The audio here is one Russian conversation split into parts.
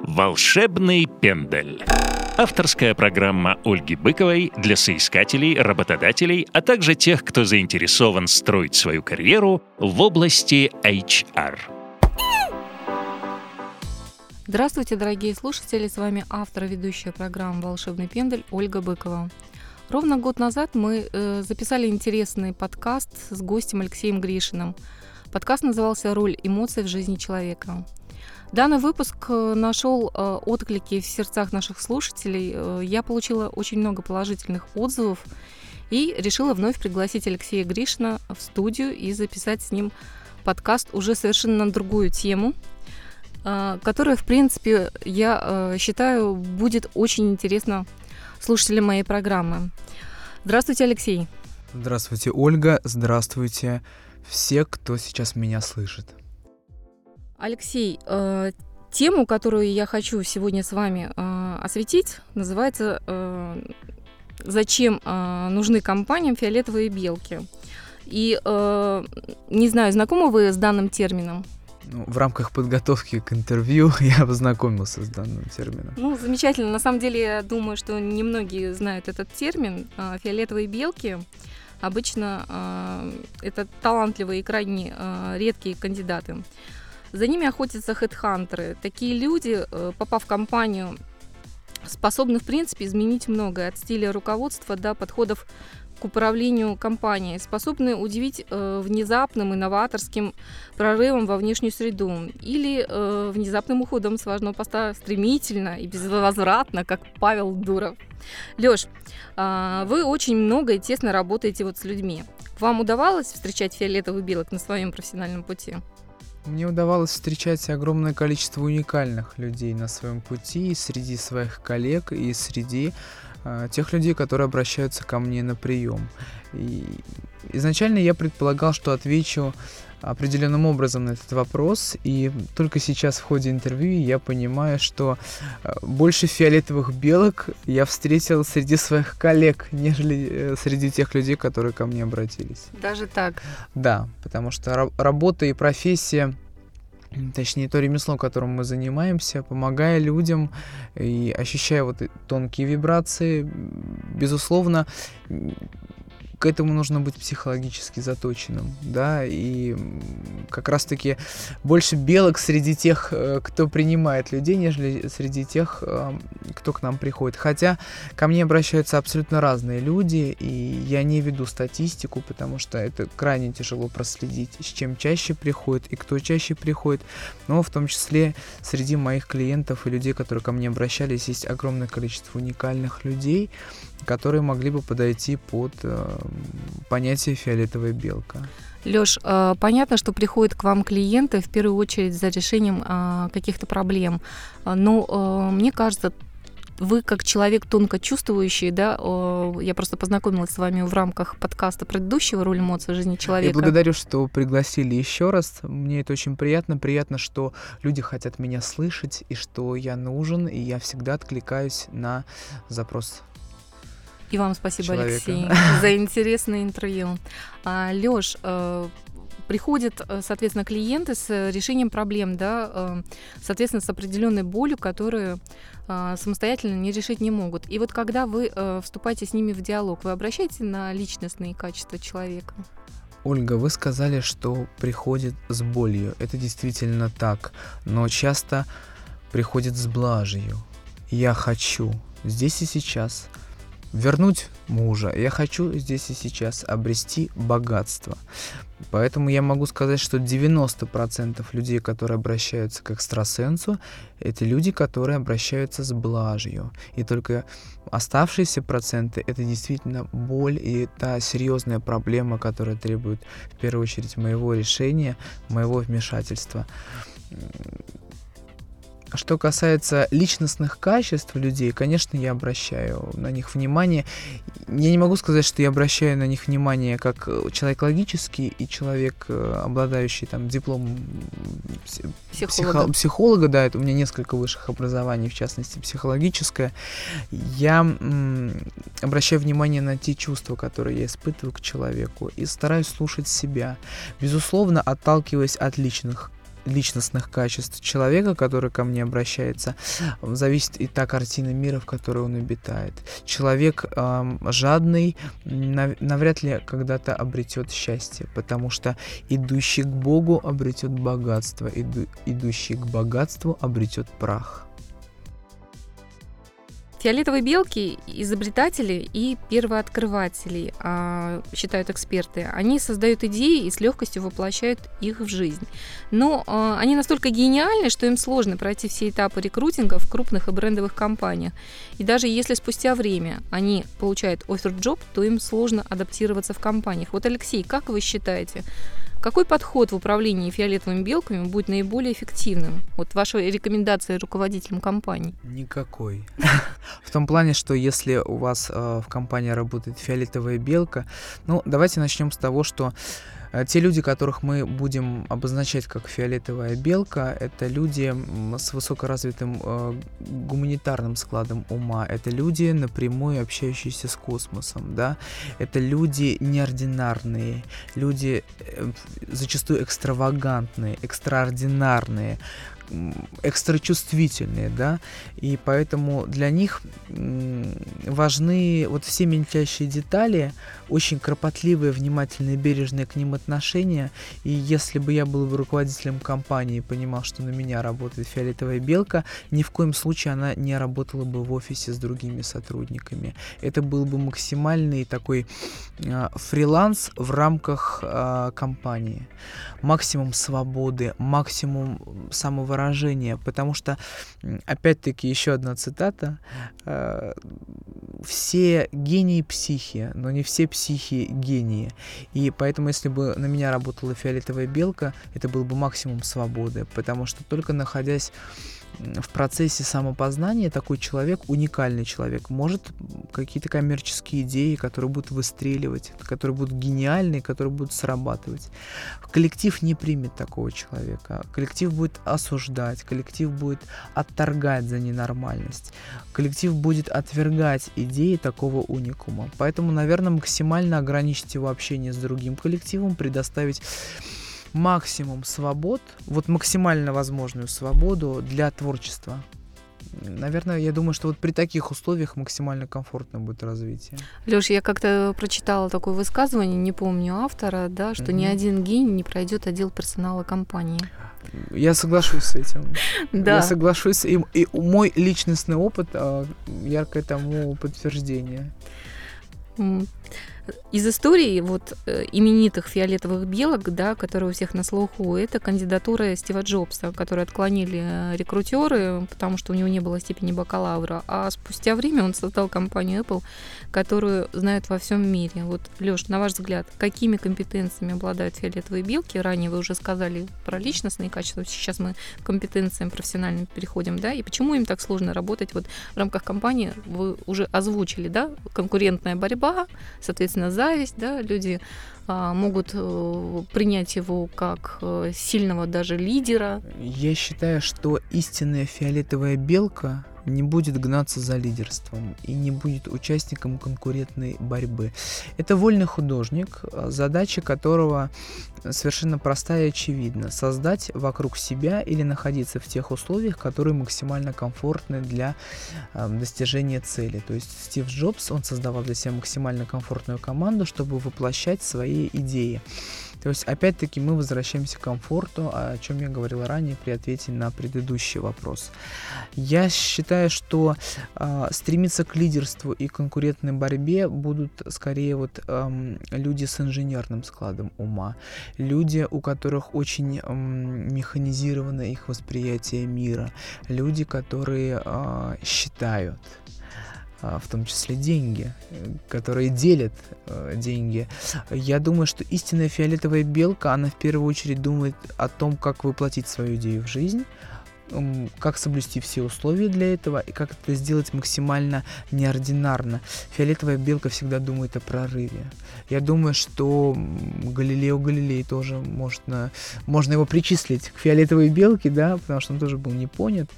Волшебный пендель. Авторская программа Ольги Быковой для соискателей, работодателей, а также тех, кто заинтересован строить свою карьеру в области HR. Здравствуйте, дорогие слушатели! С вами автор и ведущая программы «Волшебный пендель» Ольга Быкова. Ровно год назад мы записали интересный подкаст с гостем Алексеем Гришиным. Подкаст назывался «Роль эмоций в жизни человека». Данный выпуск нашел отклики в сердцах наших слушателей. Я получила очень много положительных отзывов и решила вновь пригласить Алексея Гришина в студию и записать с ним подкаст уже совершенно на другую тему, которая, в принципе, я считаю, будет очень интересна слушателям моей программы. Здравствуйте, Алексей. Здравствуйте, Ольга. Здравствуйте все, кто сейчас меня слышит. Алексей, тему, которую я хочу сегодня с вами осветить, называется «Зачем нужны компаниям фиолетовые белки?». И не знаю, знакомы вы с данным термином? В рамках подготовки к интервью я познакомился с данным термином. Замечательно. На самом деле, я думаю, что немногие знают этот термин. Фиолетовые белки обычно это талантливые и крайне редкие кандидаты. За ними охотятся хедхантеры. Такие люди, попав в компанию, способны, в принципе, изменить многое, от стиля руководства до подходов к управлению компанией, способны удивить внезапным и новаторским прорывом во внешнюю среду или внезапным уходом с важного поста стремительно и безвозвратно, как Павел Дуров. Лёш, вы очень много и тесно работаете с людьми. Вам удавалось встречать фиолетовых белок на своем профессиональном пути? Мне удавалось встречать огромное количество уникальных людей на своем пути, и среди своих коллег, и среди тех людей, которые обращаются ко мне на прием. И изначально я предполагал, что отвечу определенным образом на этот вопрос, и только сейчас в ходе интервью я понимаю, что больше фиолетовых белок я встретил среди своих коллег, нежели среди тех людей, которые ко мне обратились. Даже так? Да, потому что работа и профессия, точнее, то ремесло, которым мы занимаемся, помогая людям и ощущая тонкие вибрации, безусловно, к этому нужно быть психологически заточенным, да, и как раз-таки больше белок среди тех, кто принимает людей, нежели среди тех, кто к нам приходит. Хотя ко мне обращаются абсолютно разные люди, и я не веду статистику, потому что это крайне тяжело проследить, с чем чаще приходит и кто чаще приходит, но в том числе среди моих клиентов и людей, которые ко мне обращались, есть огромное количество уникальных людей, которые могли бы подойти под понятие «фиолетовая белка». Лёш, понятно, что приходят к вам клиенты в первую очередь за решением каких-то проблем, но мне кажется, вы как человек тонко чувствующий, да, я просто познакомилась с вами в рамках подкаста предыдущего «Роль эмоций в жизни человека». Я благодарю, что пригласили еще раз. Мне это очень приятно. Приятно, что люди хотят меня слышать, и что я нужен, и я всегда откликаюсь на запрос. И вам спасибо, человека. Алексей, за интересное интервью. Лёш, приходят, соответственно, клиенты с решением проблем, да, соответственно, с определенной болью, которую самостоятельно не решить не могут. И когда вы вступаете с ними в диалог, вы обращаете на личностные качества человека? Ольга, вы сказали, что приходит с болью. Это действительно так, но часто приходит с блажью. Я хочу здесь и сейчас вернуть мужа. Я хочу здесь и сейчас обрести богатство. Поэтому я могу сказать, что 90% людей, которые обращаются к экстрасенсу, это люди, которые обращаются с блажью. И только оставшиеся проценты — это действительно боль и та серьезная проблема, которая требует в первую очередь моего решения, моего вмешательства. Что касается личностных качеств людей, конечно, я обращаю на них внимание. Я не могу сказать, что я обращаю на них внимание как человек логический и человек, обладающий дипломом психолога. Да, это у меня несколько высших образований, в частности, психологическое. Я обращаю внимание на те чувства, которые я испытываю к человеку, и стараюсь слушать себя. Безусловно, отталкиваясь от личных личностных качеств человека, который ко мне обращается, зависит и та картина мира, в которой он обитает. Человек жадный навряд ли когда-то обретет счастье, потому что идущий к Богу обретет богатство, идущий к богатству обретет прах. Фиолетовые белки – изобретатели и первооткрыватели, считают эксперты. Они создают идеи и с легкостью воплощают их в жизнь. Но они настолько гениальны, что им сложно пройти все этапы рекрутинга в крупных и брендовых компаниях. И даже если спустя время они получают оффер-джоб, то им сложно адаптироваться в компаниях. Вот, Алексей, как вы считаете, какой подход в управлении фиолетовыми белками будет наиболее эффективным? Вот ваши рекомендации руководителям компаний. Никакой. В том плане, что если у вас в компании работает фиолетовая белка, давайте начнем с того, что те люди, которых мы будем обозначать как фиолетовая белка, это люди с высокоразвитым гуманитарным складом ума, это люди, напрямую общающиеся с космосом, да, это люди неординарные, люди зачастую экстравагантные, экстраординарные, экстрачувствительные, да, и поэтому для них важны вот все мельчайшие детали, очень кропотливые, внимательные, бережные к ним отношения, и если бы я был бы руководителем компании и понимал, что на меня работает фиолетовая белка, ни в коем случае она не работала бы в офисе с другими сотрудниками. Это был бы максимальный такой фриланс в рамках компании. Максимум свободы, максимум самовыражения, потому что, опять-таки, еще одна цитата: все гении психи, но не все психи гении. И поэтому, если бы на меня работала фиолетовая белка, это был бы максимум свободы, потому что только находясь в процессе самопознания, такой человек, уникальный человек, может какие-то коммерческие идеи, которые будут выстреливать, которые будут гениальны, которые будут срабатывать. Коллектив не примет такого человека. Коллектив будет осуждать, коллектив будет отторгать за ненормальность, коллектив будет отвергать идеи такого уникума. Поэтому, наверное, максимально ограничить его общение с другим коллективом, предоставить максимум свобод, вот максимально возможную свободу для творчества. Наверное, я думаю, что вот при таких условиях максимально комфортно будет развитие. Лёш, я как-то прочитала такое высказывание, не помню автора, да, что ни один гений не пройдет отдел персонала компании. Я соглашусь с этим. Да. Я соглашусь, и мой личностный опыт яркое тому подтверждение. Из истории вот именитых фиолетовых белок, да, которые у всех на слуху, это кандидатура Стива Джобса, которую отклонили рекрутеры, потому что у него не было степени бакалавра, а спустя время он создал компанию Apple, которую знают во всем мире. Вот, Лёш, на ваш взгляд, какими компетенциями обладают фиолетовые белки? Ранее вы уже сказали про личностные качества, сейчас мы к компетенциям профессиональным переходим, да, и почему им так сложно работать вот в рамках компании? Вы уже озвучили, да, конкурентная борьба, соответственно, зависть, да, люди могут принять его как сильного даже лидера. Я считаю, что истинная фиолетовая белка не будет гнаться за лидерством и не будет участником конкурентной борьбы. Это вольный художник, задача которого совершенно простая и очевидна: создать вокруг себя или находиться в тех условиях, которые максимально комфортны для достижения цели. То есть Стив Джобс, он создавал для себя максимально комфортную команду, чтобы воплощать свои идеи. То есть, опять-таки, мы возвращаемся к комфорту, о чем я говорил ранее при ответе на предыдущий вопрос. Я считаю, что стремиться к лидерству и конкурентной борьбе будут скорее люди с инженерным складом ума, люди, у которых очень механизировано их восприятие мира, люди, которые считают, в том числе деньги, которые делят деньги. Я думаю, что истинная фиолетовая белка, она в первую очередь думает о том, как воплотить свою идею в жизнь, как соблюсти все условия для этого и как это сделать максимально неординарно. Фиолетовая белка всегда думает о прорыве. Я думаю, что Галилео Галилей тоже можно его причислить к фиолетовой белке, да, потому что он тоже был не понят,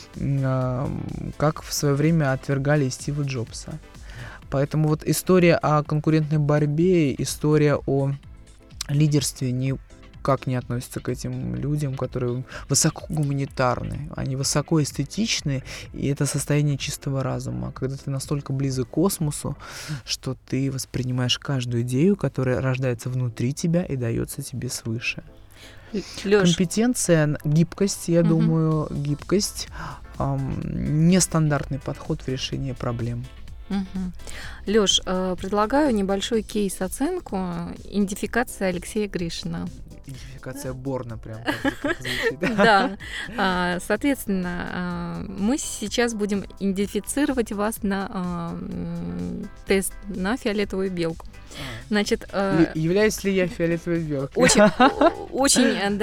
как в свое время отвергали Стива Джобса. Поэтому вот история о конкурентной борьбе, история о лидерстве не как не относятся к этим людям, которые высоко гуманитарны, они высоко эстетичны, и это состояние чистого разума, когда ты настолько близок к космосу, что ты воспринимаешь каждую идею, которая рождается внутри тебя и дается тебе свыше. Лёш. Компетенция, гибкость, я думаю, гибкость, нестандартный подход в решении проблем. Лёш, предлагаю небольшой кейс-оценку идентификации Алексея Гришина. Идентификация Борна прям как звучит. Да. Соответственно, мы сейчас будем идентифицировать вас на тест на фиолетовую белку. Значит, являюсь ли я фиолетовой белкой? Очень,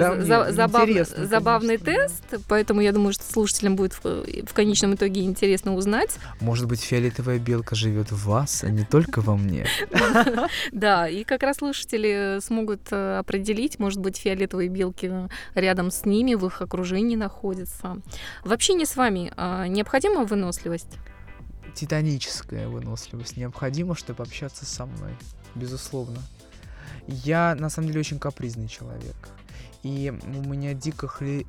забавный тест, поэтому я думаю, что слушателям будет в конечном итоге интересно узнать. Может быть, фиолетовая белка живет в вас, а не только во мне. Да, и как раз слушатели смогут определить, может быть, фиолетовые белки рядом с ними, в их окружении находятся. В общении с вами необходима выносливость? Титаническая выносливость необходима, чтобы общаться со мной, безусловно. Я, на самом деле, очень капризный человек. И у меня дико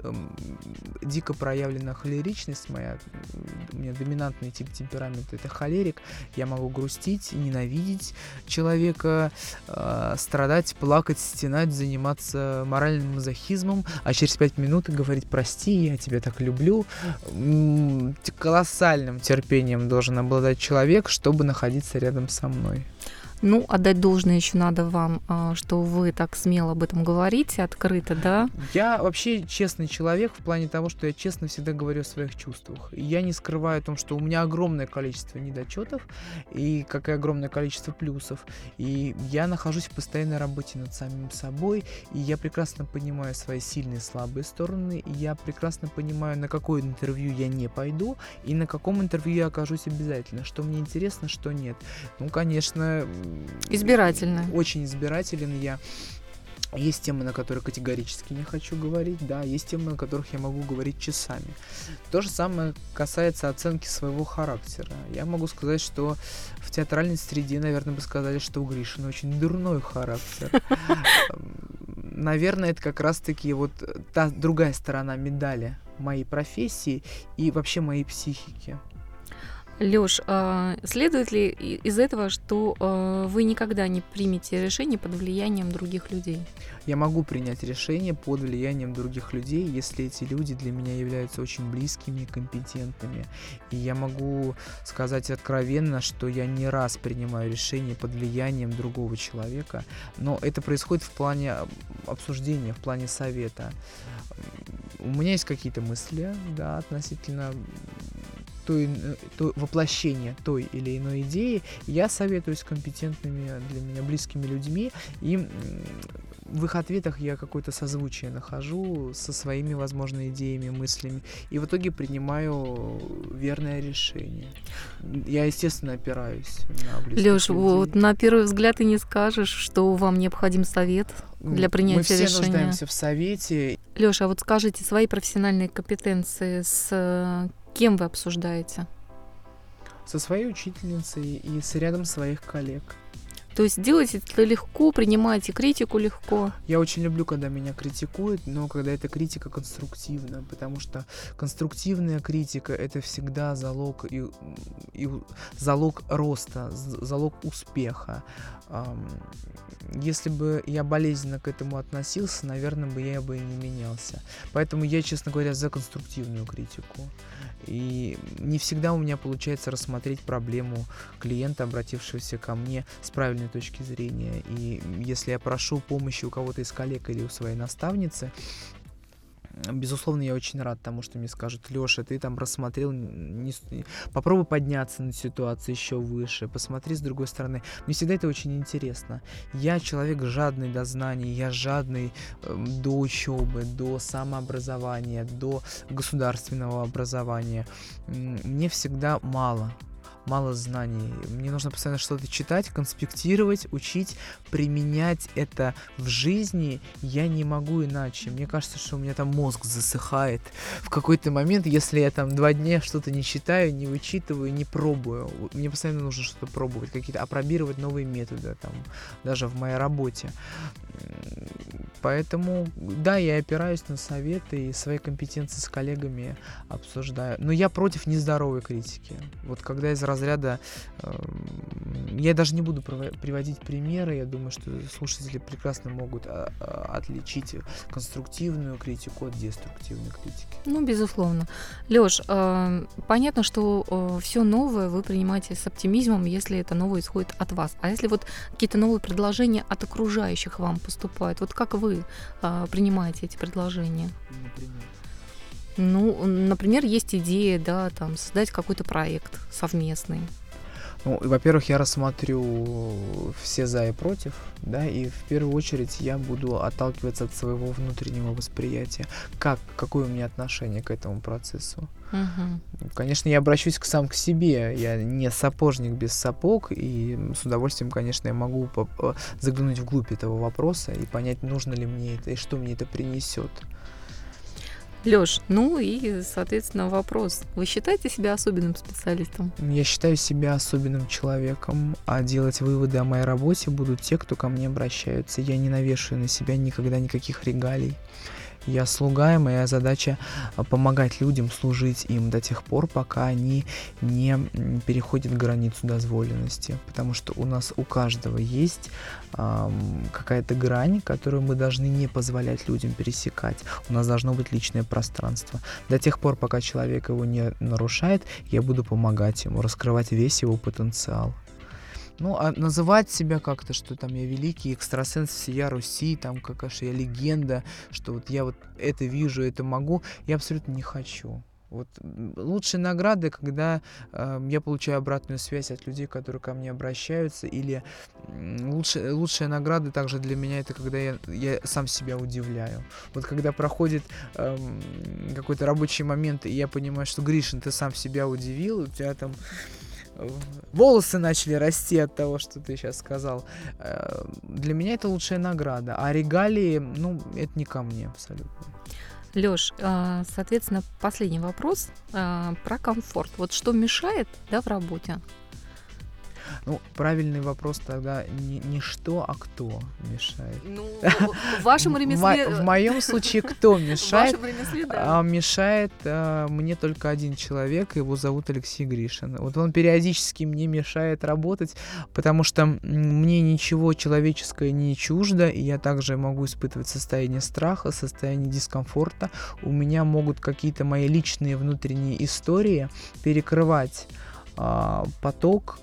проявлена холеричность моя. У меня доминантный тип темперамента — это холерик. Я могу грустить, ненавидеть человека, страдать, плакать, стенать, заниматься моральным мазохизмом, а через 5 минут говорить: прости, я тебя так люблю. Колоссальным терпением должен обладать человек, чтобы находиться рядом со мной. Ну, отдать должное еще надо вам, что вы так смело об этом говорите, открыто, да? Я вообще честный человек в плане того, что я честно всегда говорю о своих чувствах. Я не скрываю о том, что у меня огромное количество недочетов и как и огромное количество плюсов. И я нахожусь в постоянной работе над самим собой, и я прекрасно понимаю свои сильные и слабые стороны, и я прекрасно понимаю, на какое интервью я не пойду, и на каком интервью я окажусь обязательно, что мне интересно, что нет. Ну, конечно... Избирательно. Очень избирателен я. Есть темы, на которые категорически не хочу говорить, да, есть темы, на которых я могу говорить часами. То же самое касается оценки своего характера. Я могу сказать, что в театральной среде, наверное, бы сказали, что у Гришина очень дурной характер. Наверное, это как раз-таки вот та другая сторона медали моей профессии и вообще моей психики. Лёш, следует ли из этого, что вы никогда не примете решение под влиянием других людей? Я могу принять решение под влиянием других людей, если эти люди для меня являются очень близкими и компетентными. И я могу сказать откровенно, что я не раз принимаю решение под влиянием другого человека, но это происходит в плане обсуждения, в плане совета. У меня есть какие-то мысли, да, относительно воплощение той или иной идеи. Я советуюсь с компетентными для меня близкими людьми, и в их ответах я какое-то созвучие нахожу со своими, возможно, идеями, мыслями, и в итоге принимаю верное решение. Я, естественно, опираюсь на близких Лёш, людей. вот на первый взгляд и не скажешь, что вам необходим совет для принятия решения. Мы все нуждаемся в совете. Лёша, а вот скажите, свои профессиональные компетенции с кем вы обсуждаете? Со своей учительницей и с рядом своих коллег. То есть делаете это легко, принимаете критику легко? Я очень люблю, когда меня критикуют, но когда эта критика конструктивна, потому что конструктивная критика — это всегда залог залог роста, залог успеха. Если бы я болезненно к этому относился, наверное, я бы и не менялся. Поэтому я, честно говоря, за конструктивную критику. И не всегда у меня получается рассмотреть проблему клиента, обратившегося ко мне с правильной точки зрения. И если я прошу помощи у кого-то из коллег или у своей наставницы, безусловно, я очень рад тому, что мне скажут: Лёша, ты там рассмотрел, попробуй подняться над ситуацией еще выше, посмотри с другой стороны. Мне всегда это очень интересно. Я человек жадный до знаний, я жадный до учебы, до самообразования, до государственного образования. Мне всегда мало. мало знаний. Мне нужно постоянно что-то читать, конспектировать, учить, применять это в жизни. Я не могу иначе. Мне кажется, что у меня там мозг засыхает в какой-то момент, если я там 2 дня что-то не читаю, не вычитываю, не пробую. Мне постоянно нужно что-то пробовать, какие-то опробировать новые методы, там, даже в моей работе. Поэтому, да, я опираюсь на советы и свои компетенции с коллегами обсуждаю. Но я против нездоровой критики. Вот когда из разряда... я даже не буду приводить примеры, я думаю, что слушатели прекрасно могут отличить конструктивную критику от деструктивной критики. Ну, безусловно. Лёш, понятно, что все новое вы принимаете с оптимизмом, если это новое исходит от вас. А если вот какие-то новые предложения от окружающих вам поступают, вот как вы принимаете эти предложения? Например? Ну, например, есть идея, да, там, создать какой-то проект совместный. Ну, во-первых, я рассмотрю все за и против, да, и в первую очередь я буду отталкиваться от своего внутреннего восприятия, какое у меня отношение к этому процессу. Угу. Конечно, я обращусь сам к себе, я не сапожник без сапог, и с удовольствием, конечно, я могу заглянуть вглубь этого вопроса и понять, нужно ли мне это и что мне это принесет. Лёш, ну и, соответственно, вопрос. Вы считаете себя особенным специалистом? Я считаю себя особенным человеком, а делать выводы о моей работе будут те, кто ко мне обращаются. Я не навешиваю на себя никогда никаких регалий. Я слуга, и моя задача помогать людям, служить им до тех пор, пока они не переходят границу дозволенности. Потому что у каждого есть какая-то грань, которую мы должны не позволять людям пересекать. У нас должно быть личное пространство. До тех пор, пока человек его не нарушает, я буду помогать ему раскрывать весь его потенциал. Ну, а называть себя как-то, что там я великий экстрасенс всея Руси, там какая-то я легенда, что вот я вот это вижу, это могу, я абсолютно не хочу. Вот лучшие награды, когда я получаю обратную связь от людей, которые ко мне обращаются, или лучшая награда также для меня это когда я сам себя удивляю. Вот когда проходит какой-то рабочий момент, и я понимаю, что, Гришин, ты сам себя удивил, у тебя там волосы начали расти от того, что ты сейчас сказал. Для меня это лучшая награда. А регалии, ну, это не ко мне абсолютно. Лёш, соответственно, последний вопрос про комфорт. Вот что мешает, да, в работе? Ну, правильный вопрос тогда не что, а кто мешает. Ну, в вашем ремесле... В моем случае кто мешает? В вашем ремесле, да. Мешает мне только один человек, его зовут Алексей Гришин. Вот он периодически мне мешает работать, потому что мне ничего человеческое не чуждо, и я также могу испытывать состояние страха, состояние дискомфорта. У меня могут какие-то мои личные внутренние истории перекрывать поток,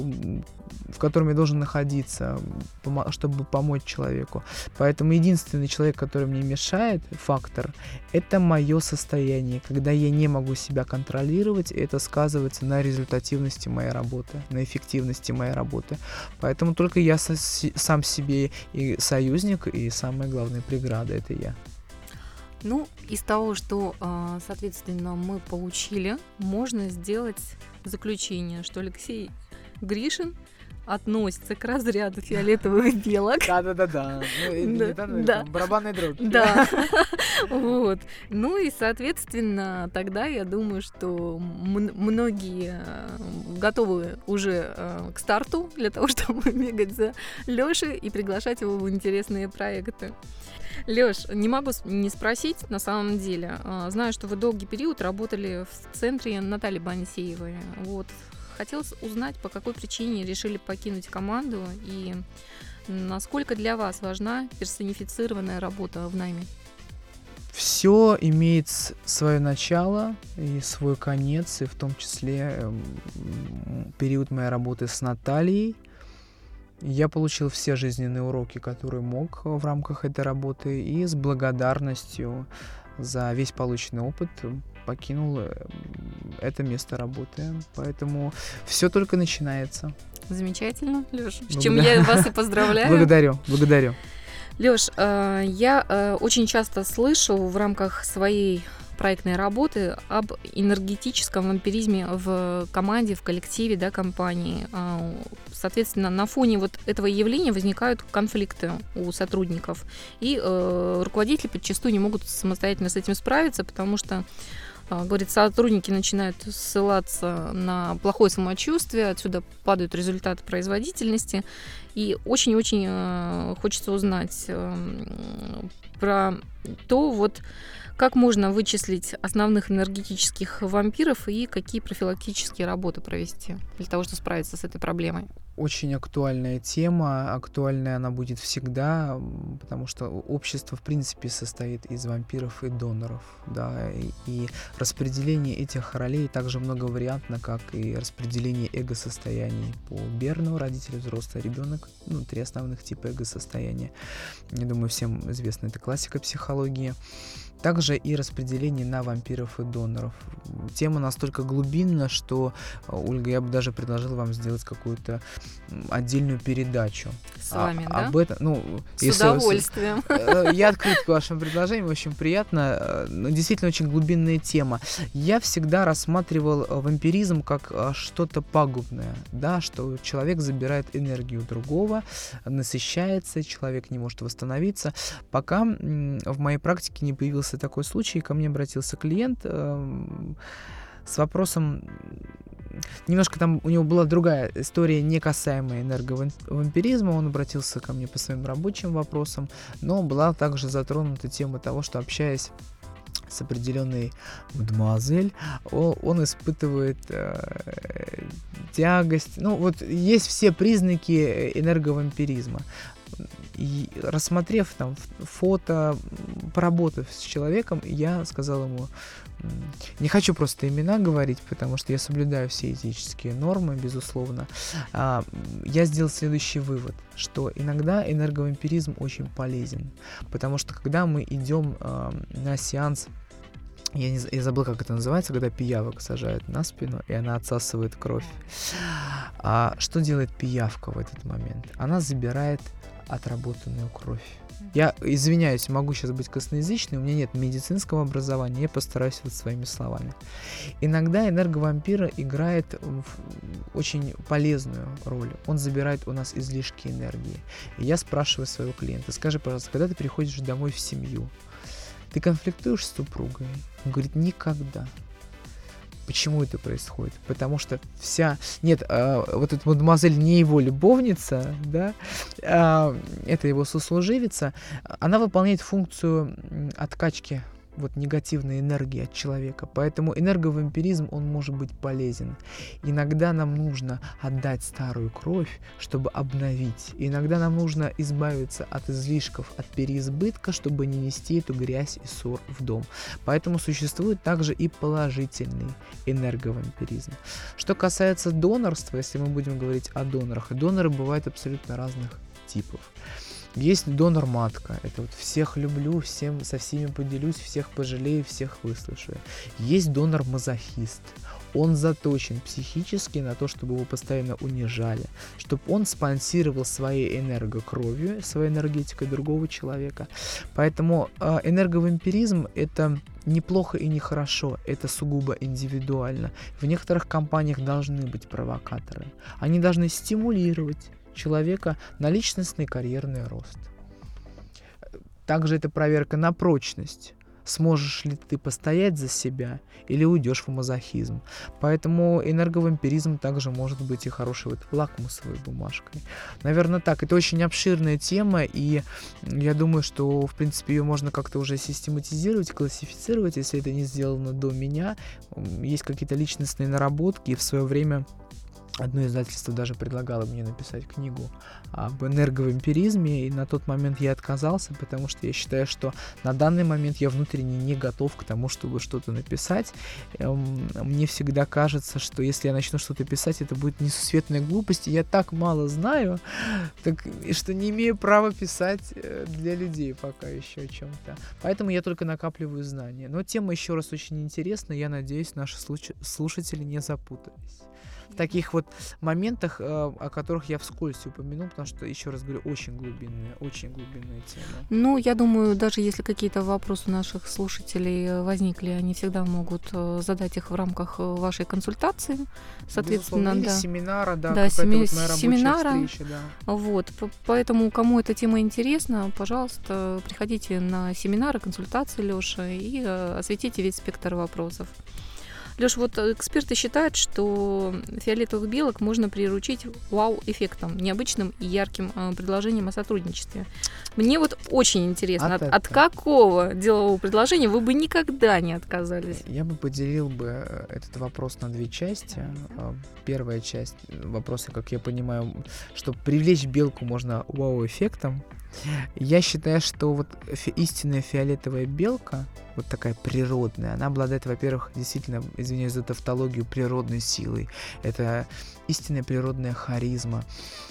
в котором я должен находиться, чтобы помочь человеку. Поэтому единственный человек, который мне мешает, фактор, это мое состояние. Когда я не могу себя контролировать, это сказывается на результативности моей работы, на эффективности моей работы. Поэтому только я сам себе и союзник, и самая главная преграда — это я. Ну, из того, что, соответственно, мы получили, можно сделать заключение, что Алексей Гришин относится к разряду фиолетовых белок. Да. Да. Барабанная дробь. Да. Вот. Ну и, соответственно, тогда я думаю, что многие готовы уже к старту для того, чтобы бегать за Лёшей и приглашать его в интересные проекты. Лёш, не могу не спросить, на самом деле. Знаю, что вы долгий период работали в центре Натальи Бонсеевой. Вот. Хотелось узнать, по какой причине решили покинуть команду и насколько для вас важна персонифицированная работа в найме? Все имеет свое начало и свой конец, и в том числе период моей работы с Натальей. Я получил все жизненные уроки, которые мог в рамках этой работы, и с благодарностью за весь полученный опыт покинул это место работы. Поэтому все только начинается. Замечательно, Лёш. С чем я вас и поздравляю. Благодарю. Лёш, я очень часто слышу в рамках своей проектной работы об энергетическом вампиризме в команде, в коллективе, да, компании. Соответственно, на фоне вот этого явления возникают конфликты у сотрудников, и руководители подчастую не могут самостоятельно с этим справиться, потому что, говорит, сотрудники начинают ссылаться на плохое самочувствие, отсюда падают результаты производительности. И очень-очень хочется узнать про то, вот как можно вычислить основных энергетических вампиров и какие профилактические работы провести для того, чтобы справиться с этой проблемой. Очень актуальная тема, актуальная она будет всегда, потому что общество в принципе состоит из вампиров и доноров, да, и распределение этих ролей также многовариантно, как и распределение эго-состояний по Берну, родители, взрослый ребенок, 3 основных типа эго-состояния. Я думаю, всем известна эта классика психологии. Также и распределение на вампиров и доноров. Тема настолько глубинна, что, Ольга, я бы даже предложил вам сделать какую-то отдельную передачу. С вами, да? Об этом, с удовольствием. Я открыт к вашим предложениям, очень приятно. Действительно, очень глубинная тема. Я всегда рассматривал вампиризм как что-то пагубное, да, что человек забирает энергию другого, насыщается, человек не может восстановиться. Пока в моей практике не появился такой случай, ко мне обратился клиент с вопросом, немножко там у него была другая история, не касаемая энерговампиризма, он обратился ко мне по своим рабочим вопросам, но была также затронута тема того, что, общаясь с определенной мадемуазель, он испытывает тягость, есть все признаки энерговампиризма. И рассмотрев там фото, поработав с человеком, я сказал ему, не хочу просто имена говорить, потому что я соблюдаю все этические нормы, безусловно, я сделал следующий вывод, что иногда энерговампиризм очень полезен, потому что когда мы идем на сеанс, я забыл, как это называется, когда пиявок сажают на спину, и она отсасывает кровь. Что делает пиявка в этот момент? Она забирает отработанную кровь. Я извиняюсь, могу сейчас быть косноязычным, у меня нет медицинского образования, я постараюсь своими словами. Иногда энерговампир играет очень полезную роль. Он забирает у нас излишки энергии. И я спрашиваю своего клиента, скажи, пожалуйста, когда ты приходишь домой в семью, ты конфликтуешь с супругой? Он говорит, никогда. Почему это происходит? Потому что вот эта мадемуазель не его любовница, да, это его сослуживица, она выполняет функцию откачки негативной энергии от человека. Поэтому энерговампиризм, он может быть полезен. Иногда нам нужно отдать старую кровь, чтобы обновить. Иногда нам нужно избавиться от излишков, от переизбытка, чтобы не нести эту грязь и ссор в дом. Поэтому существует также и положительный энерговампиризм. Что касается донорства, если мы будем говорить о донорах, доноры бывают абсолютно разных типов. Есть донор-матка, это всех люблю, со всеми поделюсь, всех пожалею, всех выслушаю. Есть донор-мазохист, он заточен психически на то, чтобы его постоянно унижали, чтобы он спонсировал своей энергокровью, своей энергетикой другого человека. Поэтому энерговампиризм — это неплохо и нехорошо, это сугубо индивидуально. В некоторых компаниях должны быть провокаторы, они должны стимулировать человека на личностный карьерный рост. Также это проверка на прочность. Сможешь ли ты постоять за себя или уйдешь в мазохизм. Поэтому энерговампиризм также может быть и хорошей лакмусовой бумажкой. Наверное, так. Это очень обширная тема, и я думаю, что, в принципе, ее можно как-то уже систематизировать, классифицировать, если это не сделано до меня. Есть какие-то личностные наработки, и в свое время одно издательство даже предлагало мне написать книгу об энерговампиризме, и на тот момент я отказался, потому что я считаю, что на данный момент я внутренне не готов к тому, чтобы что-то написать. Мне всегда кажется, что если я начну что-то писать, это будет несусветная глупость, и я так мало знаю, что не имею права писать для людей пока еще о чем-то. Поэтому я только накапливаю знания. Но тема еще раз очень интересна, я надеюсь, наши слушатели не запутались. в таких вот моментах, о которых я вскользь упомянул, потому что, еще раз говорю, очень глубинная тема. Ну, я думаю, даже если какие-то вопросы у наших слушателей возникли, они всегда могут задать их в рамках вашей консультации. Соответственно, или да. семинара, да, Да, какая-то вот моя рабочая семинара. встреча, да. Вот, поэтому, кому эта тема интересна, пожалуйста, приходите на семинары, консультации Лёши и осветите весь спектр вопросов. Лёш, вот эксперты считают, что фиолетовых белок можно приручить вау-эффектом, необычным и ярким предложением о сотрудничестве. Мне вот очень интересно, от какого делового предложения вы бы никогда не отказались? Я бы поделил бы этот вопрос на две части. Первая часть вопроса, как я понимаю, что привлечь белку можно вау-эффектом. Я считаю, что вот истинная фиолетовая белка, вот такая природная, она обладает, во-первых, действительно, извиняюсь за тавтологию, природной силой. Это истинная природная харизма.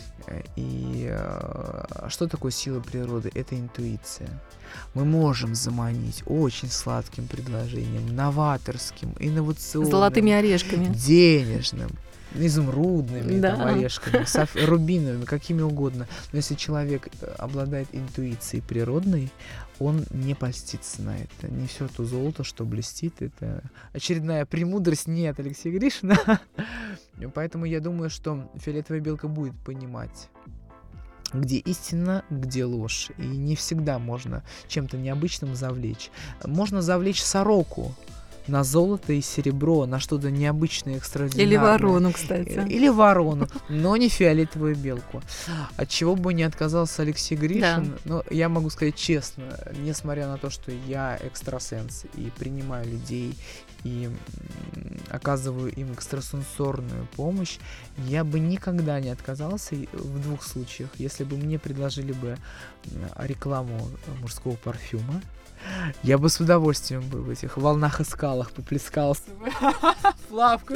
И что такое сила природы? Это интуиция. Мы можем заманить очень сладким предложением, новаторским, инновационным, золотыми орешками, денежным, изумрудными, да, там, орешками, рубиновыми, какими угодно. Но если человек обладает интуицией природной, он не польстится на это. Не все то золото, что блестит. Это очередная премудрость не от Алексея Гришина. Поэтому я думаю, что фиолетовая белка будет понимать, где истина, где ложь. И не всегда можно чем-то необычным завлечь. Можно завлечь сороку на золото и серебро, на что-то необычное, экстраординарное. Или ворону, кстати. Или ворону, но не фиолетовую белку. От чего бы не отказался Алексей Гришин, да. Но я могу сказать честно, несмотря на то, что я экстрасенс и принимаю людей, и оказываю им экстрасенсорную помощь, я бы никогда не отказался в двух случаях. Если бы мне предложили бы рекламу мужского парфюма, я бы с удовольствием бы в этих волнах и скалах поплескался бы в лавку.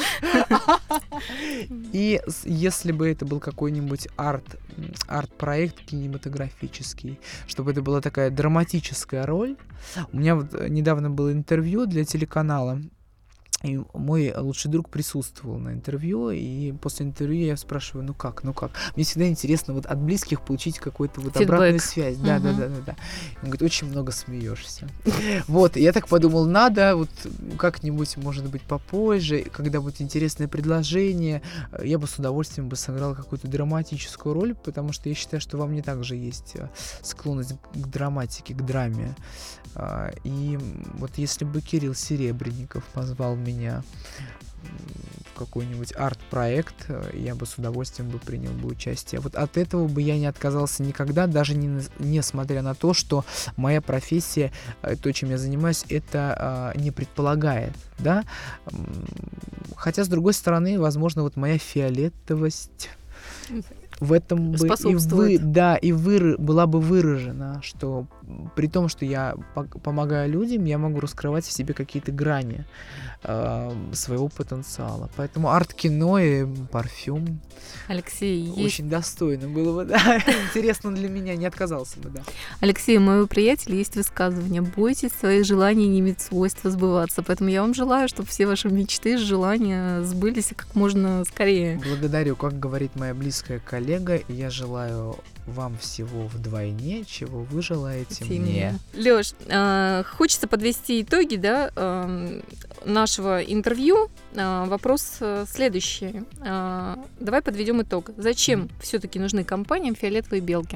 И если бы это был какой-нибудь арт-проект кинематографический, чтобы это была такая драматическая роль. У меня вот недавно было интервью для телеканала, и мой лучший друг присутствовал на интервью, и после интервью я спрашиваю, ну как? Мне всегда интересно вот от близких получить какую-то вот обратную связь. Да. Он говорит, очень много смеешься. Вот, я так подумал, надо вот как-нибудь, может быть, попозже, когда будет интересное предложение, я бы с удовольствием бы сыграл какую-то драматическую роль, потому что я считаю, что во мне также есть склонность к драматике, к драме. И вот если бы Кирилл Серебренников позвал меня в какой-нибудь арт-проект, я бы с удовольствием бы принял бы участие. Вот от этого бы я не отказался никогда, даже несмотря на то, что моя профессия, то, чем я занимаюсь, это не предполагает, да. Хотя, с другой стороны, возможно, вот моя фиолетовость в этом бы была бы выражена, что при том, что я помогаю людям, я могу раскрывать в себе какие-то грани своего потенциала. Поэтому арт-кино и парфюм, Алексей, очень достойно было бы, да, интересно для меня, не отказался бы, да. Алексей, у моего приятеля есть высказывание: бойтесь своих желаний, не имеет свойства сбываться. Поэтому я вам желаю, чтобы все ваши мечты, желания сбылись как можно скорее. Благодарю, как говорит моя близкая коллега, я желаю вам всего вдвойне, чего вы желаете мне. Лёш, хочется подвести итоги, да, нашего интервью. Вопрос следующий. Давай подведем итог. Зачем все-таки нужны компаниям фиолетовые белки?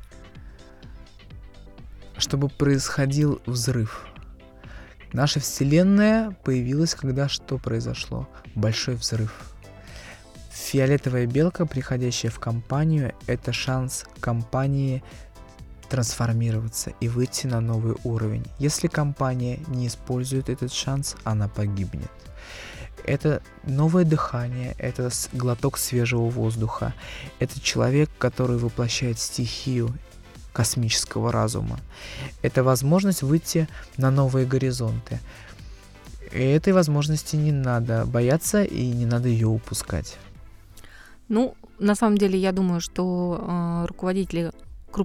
Чтобы происходил взрыв. Наша Вселенная появилась, когда что произошло? Большой взрыв. Фиолетовая белка, приходящая в компанию, это шанс компании трансформироваться и выйти на новый уровень. Если компания не использует этот шанс, она погибнет. Это новое дыхание, это глоток свежего воздуха. Это человек, который воплощает стихию космического разума. Это возможность выйти на новые горизонты. И этой возможности не надо бояться и не надо ее упускать. Ну, на самом деле, я думаю, что руководители крупных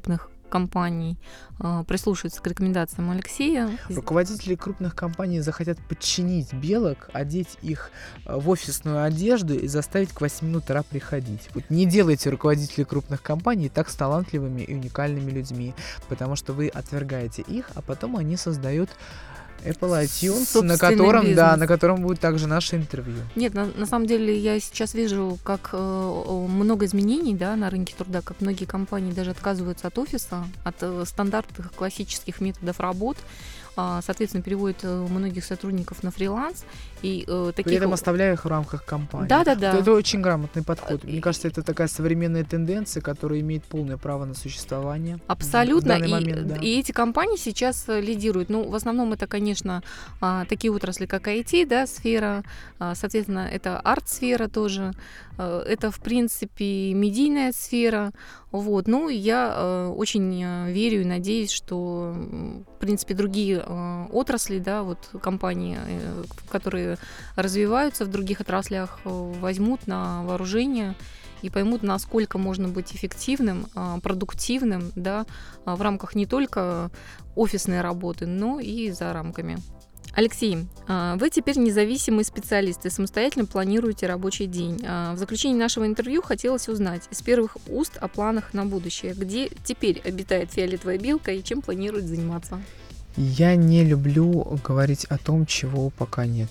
компаний прислушаются к рекомендациям Алексея. Руководители крупных компаний захотят подчинить белок, одеть их в офисную одежду и заставить к 8 утра приходить. Вот не делайте руководителей крупных компаний так с талантливыми и уникальными людьми, потому что вы отвергаете их, а потом они создают Apple iTunes, на котором будет также наше интервью. Нет, на самом деле я сейчас вижу, как много изменений, да, на рынке труда, как многие компании даже отказываются от офиса, от стандартных классических методов работ, соответственно, переводят многих сотрудников на фриланс. И, при этом оставляя их в рамках компании. Да. Это очень грамотный подход. Мне кажется, это такая современная тенденция, которая имеет полное право на существование. Абсолютно. В данный момент, да. И эти компании сейчас лидируют. Ну, в основном это, конечно, такие отрасли, как IT, да, сфера, соответственно, это арт-сфера тоже, это, в принципе, медийная сфера. Вот. Ну, я очень верю и надеюсь, что, в принципе, другие отрасли, да, вот компании, которые развиваются в других отраслях, возьмут на вооружение и поймут, насколько можно быть эффективным, продуктивным, да, в рамках не только офисной работы, но и за рамками. Алексей, вы теперь независимый специалист и самостоятельно планируете рабочий день. В заключении нашего интервью хотелось узнать из первых уст о планах на будущее. Где теперь обитает фиолетовая белка и чем планирует заниматься? Я не люблю говорить о том, чего пока нет.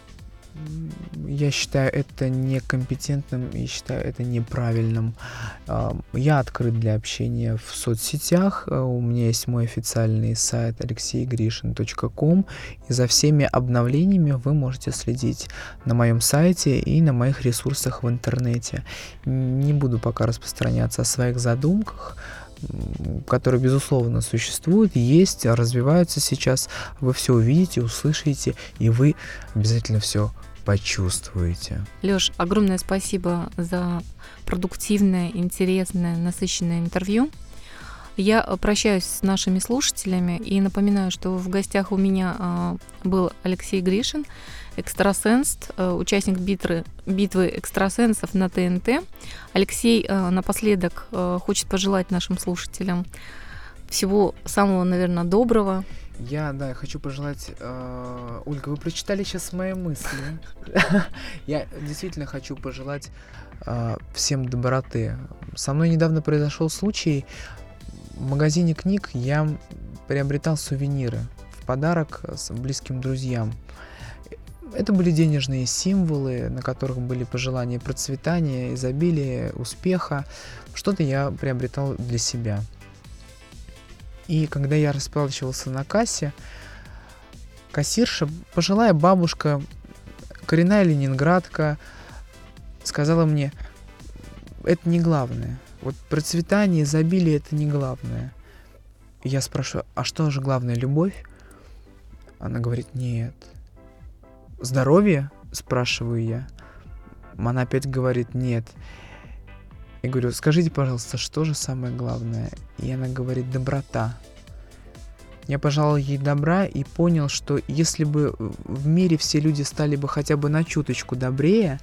Я считаю это некомпетентным и считаю это неправильным. Я открыт для общения в соцсетях. У меня есть мой официальный сайт alexeygrishin.com. И за всеми обновлениями вы можете следить на моем сайте и на моих ресурсах в интернете. Не буду пока распространяться о своих задумках, которые, безусловно, существуют, есть, развиваются сейчас. Вы все увидите, услышите, и вы обязательно все почувствуете. Лёш, огромное спасибо за продуктивное, интересное, насыщенное интервью. Я прощаюсь с нашими слушателями и напоминаю, что в гостях у меня был Алексей Гришин, экстрасенс, участник битвы экстрасенсов на ТНТ. Алексей напоследок хочет пожелать нашим слушателям всего самого, наверное, доброго. Я хочу пожелать... Ольга, вы прочитали сейчас мои мысли. Я действительно хочу пожелать всем доброты. Со мной недавно произошел случай. В магазине книг я приобретал сувениры в подарок близким друзьям. Это были денежные символы, на которых были пожелания процветания, изобилия, успеха. Что-то я приобретал для себя. И когда я расплачивался на кассе, кассирша, пожилая бабушка, коренная ленинградка, сказала мне: это не главное. Вот процветание, изобилие — это не главное. Я спрашиваю: а что же главное, любовь? Она говорит: нет. Здоровье? Спрашиваю я. Она опять говорит: нет. Я говорю: скажите, пожалуйста, что же самое главное? И она говорит: доброта. Я пожелал ей добра и понял, что если бы в мире все люди стали бы хотя бы на чуточку добрее,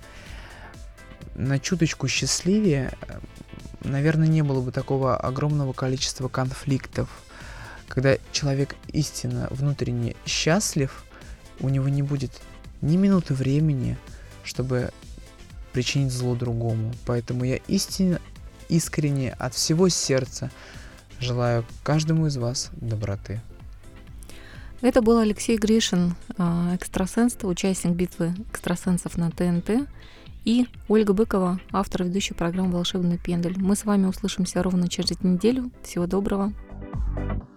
на чуточку счастливее, наверное, не было бы такого огромного количества конфликтов. Когда человек истинно внутренне счастлив, у него не будет ни минуты времени, чтобы причинить зло другому. Поэтому я искренне от всего сердца желаю каждому из вас доброты. Это был Алексей Гришин, экстрасенс, участник битвы экстрасенсов на ТНТ, и Ольга Быкова, автор и ведущая программы «Волшебный пендель». Мы с вами услышимся ровно через неделю. Всего доброго.